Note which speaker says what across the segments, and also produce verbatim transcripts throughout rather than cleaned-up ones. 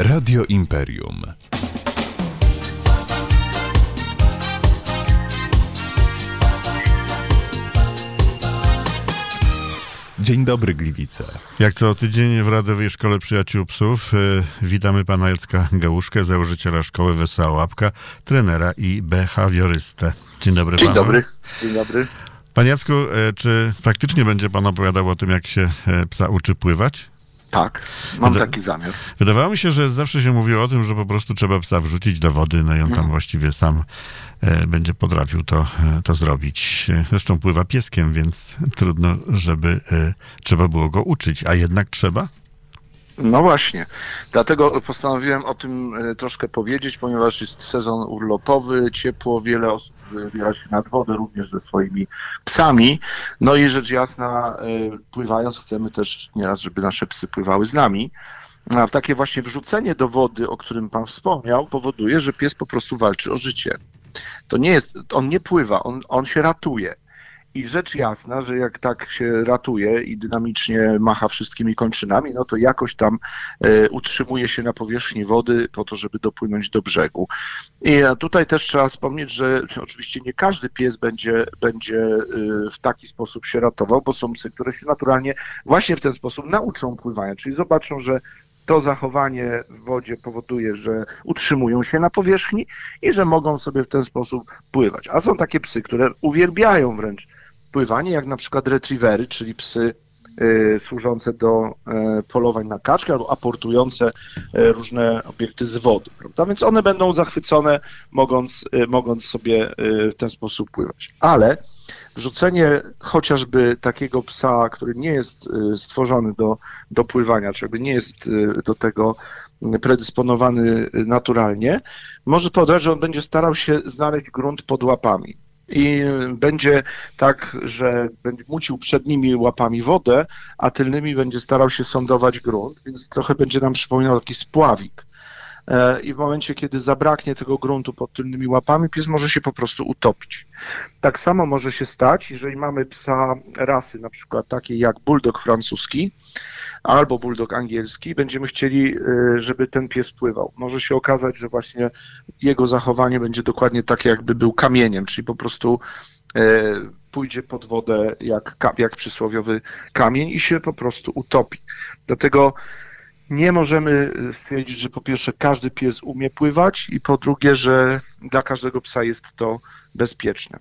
Speaker 1: Radio Imperium. Dzień dobry, Gliwice.
Speaker 2: Jak co tydzień w Radowej Szkole Przyjaciół Psów y, witamy pana Jacka Gałuszkę, założyciela Szkoły Wesoła Łapka, trenera i behawiorystę. Dzień dobry
Speaker 3: Dzień
Speaker 2: panu.
Speaker 3: dobry. Dzień dobry.
Speaker 2: Panie Jacku, y, czy faktycznie będzie pan opowiadał o tym, jak się y, psa uczy pływać?
Speaker 3: Tak, mam
Speaker 2: Wyda-
Speaker 3: taki zamiar.
Speaker 2: Wydawało mi się, że zawsze się mówiło o tym, że po prostu trzeba psa wrzucić do wody, no i on tam właściwie sam e, będzie potrafił to, e, to zrobić. E, Zresztą pływa pieskiem, więc trudno, żeby e, trzeba było go uczyć, a jednak trzeba?
Speaker 3: No właśnie, dlatego postanowiłem o tym e, troszkę powiedzieć, ponieważ jest sezon urlopowy, ciepło, wiele osób wybiera się nad wodę, również ze swoimi psami. No i rzecz jasna, e, pływając chcemy też nieraz, żeby nasze psy pływały z nami. A takie właśnie wrzucenie do wody, o którym pan wspomniał, powoduje, że pies po prostu walczy o życie. To nie jest, on nie pływa, on, on się ratuje. I rzecz jasna, że jak tak się ratuje i dynamicznie macha wszystkimi kończynami, no to jakoś tam e, utrzymuje się na powierzchni wody po to, żeby dopłynąć do brzegu. I tutaj też trzeba wspomnieć, że oczywiście nie każdy pies będzie, będzie e, w taki sposób się ratował, bo są psy, które się naturalnie właśnie w ten sposób nauczą pływania, czyli zobaczą, że to zachowanie w wodzie powoduje, że utrzymują się na powierzchni i że mogą sobie w ten sposób pływać. A są takie psy, które uwielbiają wręcz pływanie, jak na przykład retrievery, czyli psy y, służące do y, polowań na kaczki albo aportujące y, różne obiekty z wody, prawda? Więc one będą zachwycone, mogąc, y, mogąc sobie y, w ten sposób pływać. Ale wrzucenie chociażby takiego psa, który nie jest y, stworzony do, do pływania, czy jakby nie jest y, do tego predysponowany naturalnie, może powodować, że on będzie starał się znaleźć grunt pod łapami. I będzie tak, że będzie mucił przednimi łapami wodę, a tylnymi będzie starał się sondować grunt, więc trochę będzie nam przypominał taki spławik. I w momencie, kiedy zabraknie tego gruntu pod tylnymi łapami, pies może się po prostu utopić. Tak samo może się stać, jeżeli mamy psa rasy, na przykład takiej jak bulldog francuski albo bulldog angielski, będziemy chcieli, żeby ten pies pływał. Może się okazać, że właśnie jego zachowanie będzie dokładnie takie, jakby był kamieniem, czyli po prostu pójdzie pod wodę jak, jak przysłowiowy kamień i się po prostu utopi. Dlatego nie możemy stwierdzić, że po pierwsze każdy pies umie pływać i po drugie, że dla każdego psa jest to bezpieczne.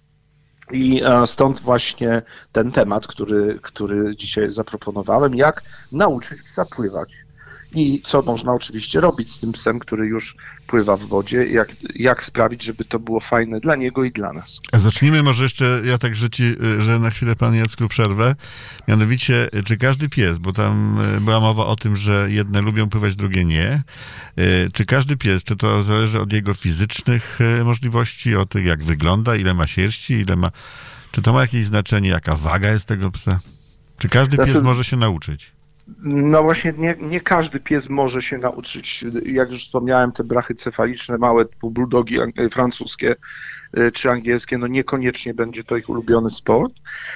Speaker 3: I stąd właśnie ten temat, który, który dzisiaj zaproponowałem, jak nauczyć psa pływać. I co można oczywiście robić z tym psem, który już pływa w wodzie, jak, jak sprawić, żeby to było fajne dla niego i dla nas.
Speaker 2: Zacznijmy może jeszcze, ja tak, że ci, że na chwilę panie Jacku przerwę, mianowicie, czy każdy pies, bo tam była mowa o tym, że jedne lubią pływać, drugie nie, czy każdy pies, czy to zależy od jego fizycznych możliwości, od tego, jak wygląda, ile ma sierści, ile ma, czy to ma jakieś znaczenie, jaka waga jest tego psa? Czy każdy
Speaker 3: Znaczy...
Speaker 2: pies może się nauczyć?
Speaker 3: No właśnie nie, nie każdy pies może się nauczyć. Jak już wspomniałem, te brachy cefaliczne, małe typu bulldogi francuskie czy angielskie, no niekoniecznie będzie to ich ulubiony sport.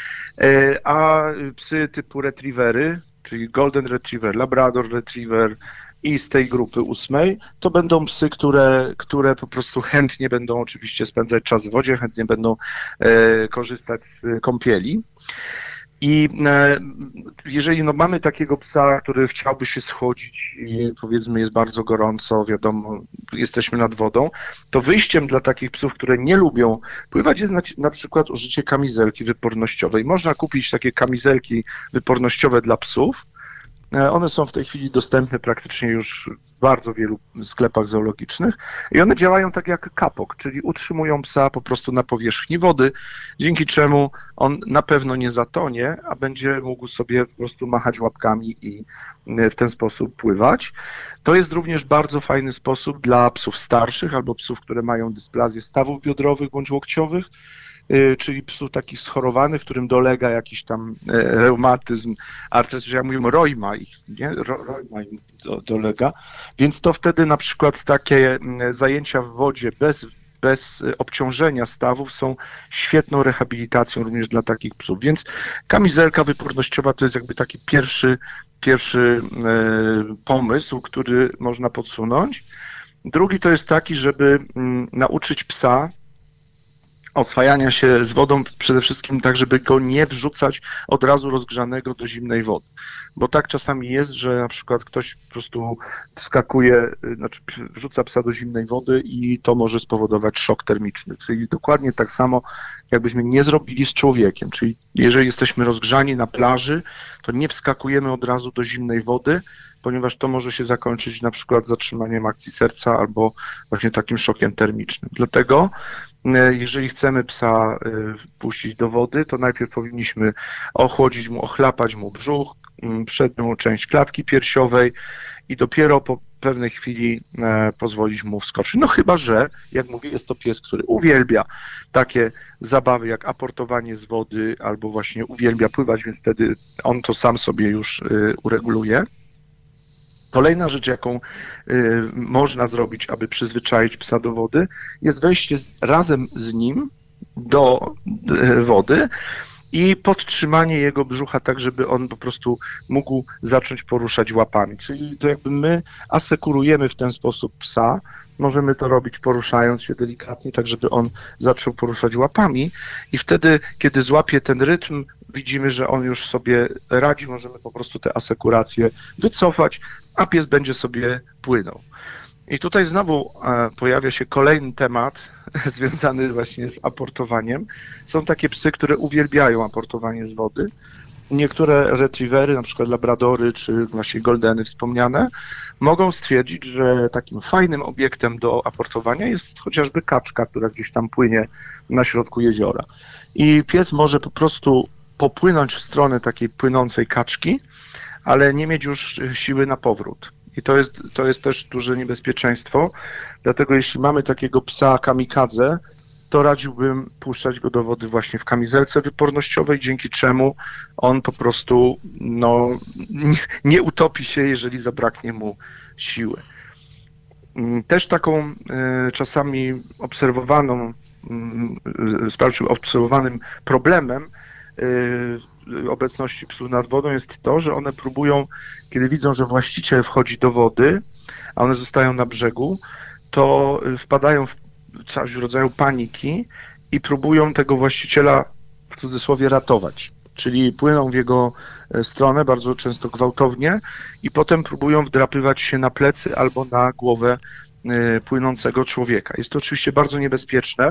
Speaker 3: A psy typu retrievery, czyli golden retriever, labrador retriever i z tej grupy ósmej, to będą psy, które, które po prostu chętnie będą oczywiście spędzać czas w wodzie, chętnie będą korzystać z kąpieli. I jeżeli no, mamy takiego psa, który chciałby się schodzić i powiedzmy jest bardzo gorąco, wiadomo, jesteśmy nad wodą, to wyjściem dla takich psów, które nie lubią pływać, jest na, na przykład użycie kamizelki wypornościowej. Można kupić takie kamizelki wypornościowe dla psów. One są w tej chwili dostępne praktycznie już w bardzo wielu sklepach zoologicznych i one działają tak jak kapok, czyli utrzymują psa po prostu na powierzchni wody, dzięki czemu on na pewno nie zatonie, a będzie mógł sobie po prostu machać łapkami i w ten sposób pływać. To jest również bardzo fajny sposób dla psów starszych albo psów, które mają dysplazję stawów biodrowych bądź łokciowych, czyli psów takich schorowanych, którym dolega jakiś tam reumatyzm, artrytyz, jak mówimy, rojma ich, nie? Rojma im do, dolega, więc to wtedy na przykład takie zajęcia w wodzie bez bez obciążenia stawów są świetną rehabilitacją również dla takich psów. Więc kamizelka wypornościowa to jest jakby taki pierwszy, pierwszy pomysł, który można podsunąć. Drugi to jest taki, żeby nauczyć psa oswajania się z wodą, przede wszystkim tak, żeby go nie wrzucać od razu rozgrzanego do zimnej wody. Bo tak czasami jest, że na przykład ktoś po prostu wskakuje, znaczy wrzuca psa do zimnej wody i to może spowodować szok termiczny. Czyli dokładnie tak samo, jakbyśmy nie zrobili z człowiekiem. Czyli jeżeli jesteśmy rozgrzani na plaży, to nie wskakujemy od razu do zimnej wody, ponieważ to może się zakończyć na przykład zatrzymaniem akcji serca albo właśnie takim szokiem termicznym. Dlatego jeżeli chcemy psa wpuścić do wody, to najpierw powinniśmy ochłodzić mu, ochlapać mu brzuch, przednią część klatki piersiowej i dopiero po pewnej chwili pozwolić mu wskoczyć. No chyba że, jak mówię, jest to pies, który uwielbia takie zabawy jak aportowanie z wody albo właśnie uwielbia pływać, więc wtedy on to sam sobie już ureguluje. Kolejna rzecz, jaką y, można zrobić, aby przyzwyczaić psa do wody, jest wejście z, razem z nim do y, wody i podtrzymanie jego brzucha tak, żeby on po prostu mógł zacząć poruszać łapami. Czyli to jakby my asekurujemy w ten sposób psa, możemy to robić poruszając się delikatnie, tak żeby on zaczął poruszać łapami i wtedy, kiedy złapie ten rytm, widzimy, że on już sobie radzi, możemy po prostu te asekuracje wycofać, a pies będzie sobie płynął. I tutaj znowu pojawia się kolejny temat związany właśnie z aportowaniem. Są takie psy, które uwielbiają aportowanie z wody. Niektóre retrievery, na przykład labradory czy właśnie goldeny wspomniane, mogą stwierdzić, że takim fajnym obiektem do aportowania jest chociażby kaczka, która gdzieś tam płynie na środku jeziora. I pies może po prostu popłynąć w stronę takiej płynącej kaczki, ale nie mieć już siły na powrót. I to jest, to jest też duże niebezpieczeństwo, dlatego jeśli mamy takiego psa kamikadze, to radziłbym puszczać go do wody właśnie w kamizelce wypornościowej, dzięki czemu on po prostu no, nie, nie utopi się, jeżeli zabraknie mu siły. Też taką y, czasami obserwowaną, y, obserwowanym problemem y, obecności psów nad wodą jest to, że one próbują, kiedy widzą, że właściciel wchodzi do wody, a one zostają na brzegu, to wpadają w coś w rodzaju paniki i próbują tego właściciela w cudzysłowie ratować. Czyli płyną w jego stronę bardzo często gwałtownie i potem próbują wdrapywać się na plecy albo na głowę płynącego człowieka. Jest to oczywiście bardzo niebezpieczne,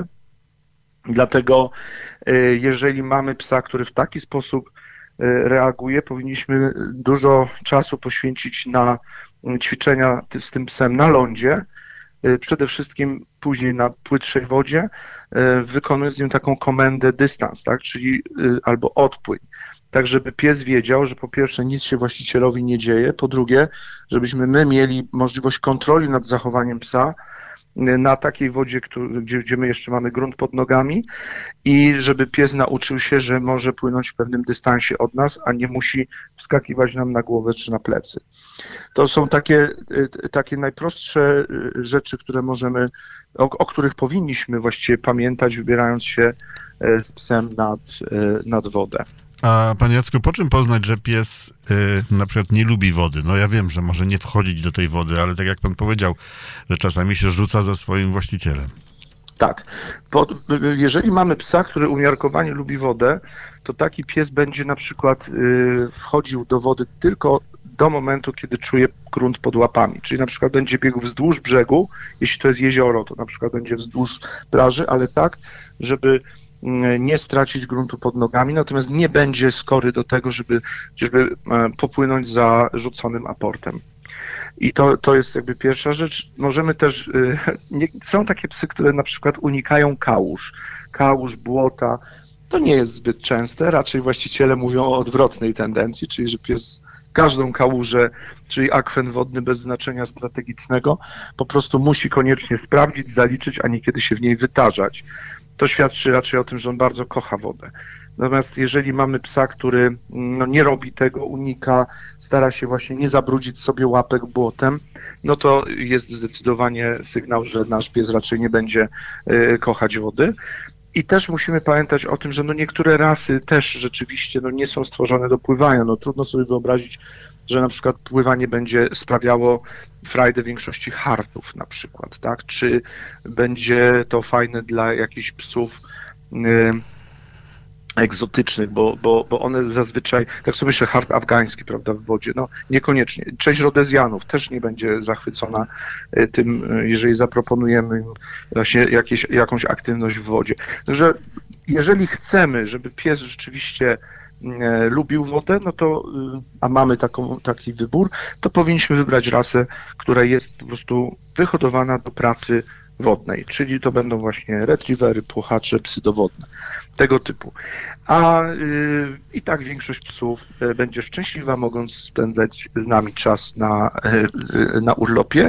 Speaker 3: dlatego jeżeli mamy psa, który w taki sposób reaguje, powinniśmy dużo czasu poświęcić na ćwiczenia z tym psem na lądzie, przede wszystkim później na płytszej wodzie, wykonując z nim taką komendę dystans, tak, czyli albo odpłyń, tak żeby pies wiedział, że po pierwsze nic się właścicielowi nie dzieje, po drugie, żebyśmy my mieli możliwość kontroli nad zachowaniem psa na takiej wodzie, gdzie, gdzie my jeszcze mamy grunt pod nogami i żeby pies nauczył się, że może płynąć w pewnym dystansie od nas, a nie musi wskakiwać nam na głowę czy na plecy. To są takie, takie najprostsze rzeczy, które możemy, o, o których powinniśmy właściwie pamiętać, wybierając się z psem nad, nad wodę.
Speaker 2: A panie Jacku, po czym poznać, że pies y, na przykład nie lubi wody? No ja wiem, że może nie wchodzić do tej wody, ale tak jak pan powiedział, że czasami się rzuca za swoim właścicielem.
Speaker 3: Tak. Po, jeżeli mamy psa, który umiarkowanie lubi wodę, to taki pies będzie na przykład y, wchodził do wody tylko do momentu, kiedy czuje grunt pod łapami. Czyli na przykład będzie biegł wzdłuż brzegu, jeśli to jest jezioro, to na przykład będzie wzdłuż plaży, ale tak, żeby nie stracić gruntu pod nogami, natomiast nie będzie skory do tego, żeby, żeby popłynąć za rzuconym aportem. I to, to jest jakby pierwsza rzecz. Możemy też, nie, są takie psy, które na przykład unikają kałuż, kałuż, błota. To nie jest zbyt częste, raczej właściciele mówią o odwrotnej tendencji, czyli że pies każdą kałużę, czyli akwen wodny bez znaczenia strategicznego, po prostu musi koniecznie sprawdzić, zaliczyć, a niekiedy się w niej wytarzać. To świadczy raczej o tym, że on bardzo kocha wodę. Natomiast jeżeli mamy psa, który no, nie robi tego, unika, stara się właśnie nie zabrudzić sobie łapek błotem, no to jest zdecydowanie sygnał, że nasz pies raczej nie będzie y, kochać wody. I też musimy pamiętać o tym, że no niektóre rasy też rzeczywiście no nie są stworzone do pływania. No trudno sobie wyobrazić, że na przykład pływanie będzie sprawiało frajdę większości hartów na przykład, tak? Czy będzie to fajne dla jakichś psów y, egzotycznych, bo, bo, bo one zazwyczaj, tak sobie myślę, hart afgański, prawda, w wodzie, no niekoniecznie. Część Rodezjanów też nie będzie zachwycona tym, jeżeli zaproponujemy im właśnie jakieś, jakąś aktywność w wodzie. Także jeżeli chcemy, żeby pies rzeczywiście e, lubił wodę, no to, a mamy taką, taki wybór, to powinniśmy wybrać rasę, która jest po prostu wyhodowana do pracy wodnej, czyli to będą właśnie retrievery, płochacze, psy dowodne, tego typu. A y, i tak większość psów y, będzie szczęśliwa, mogąc spędzać z nami czas na, y, y, na urlopie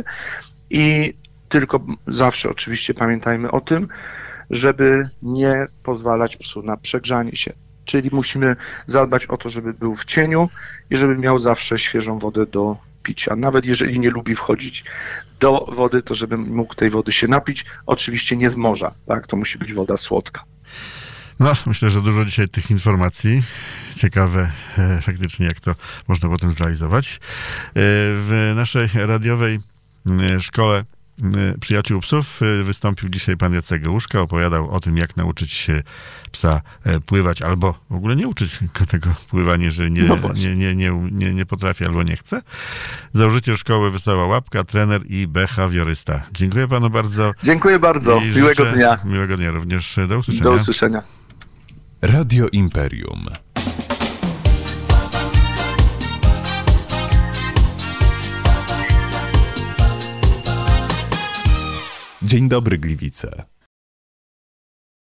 Speaker 3: i tylko zawsze oczywiście pamiętajmy o tym, żeby nie pozwalać psu na przegrzanie się. Czyli musimy zadbać o to, żeby był w cieniu i żeby miał zawsze świeżą wodę do picia. Nawet jeżeli nie lubi wchodzić do wody, to żeby mógł tej wody się napić. Oczywiście nie z morza, tak? To musi być woda słodka.
Speaker 2: No, myślę, że dużo dzisiaj tych informacji. Ciekawe e, faktycznie, jak to można potem zrealizować. E, w naszej radiowej e, szkole e, Przyjaciół Psów e, wystąpił dzisiaj pan Jacek Gołuszka, opowiadał o tym, jak nauczyć się psa e, pływać, albo w ogóle nie uczyć go tego pływania, jeżeli nie,
Speaker 3: No
Speaker 2: nie, nie, nie, nie, nie potrafi albo nie chce. Założyciel szkoły Wesoła Łapka, trener i behawiorysta. Dziękuję panu bardzo.
Speaker 3: Dziękuję bardzo.
Speaker 2: I
Speaker 3: Miłego
Speaker 2: życzę
Speaker 3: dnia.
Speaker 2: Miłego dnia również. Do usłyszenia.
Speaker 3: Do usłyszenia.
Speaker 1: Radio Imperium. Dzień dobry, Gliwice.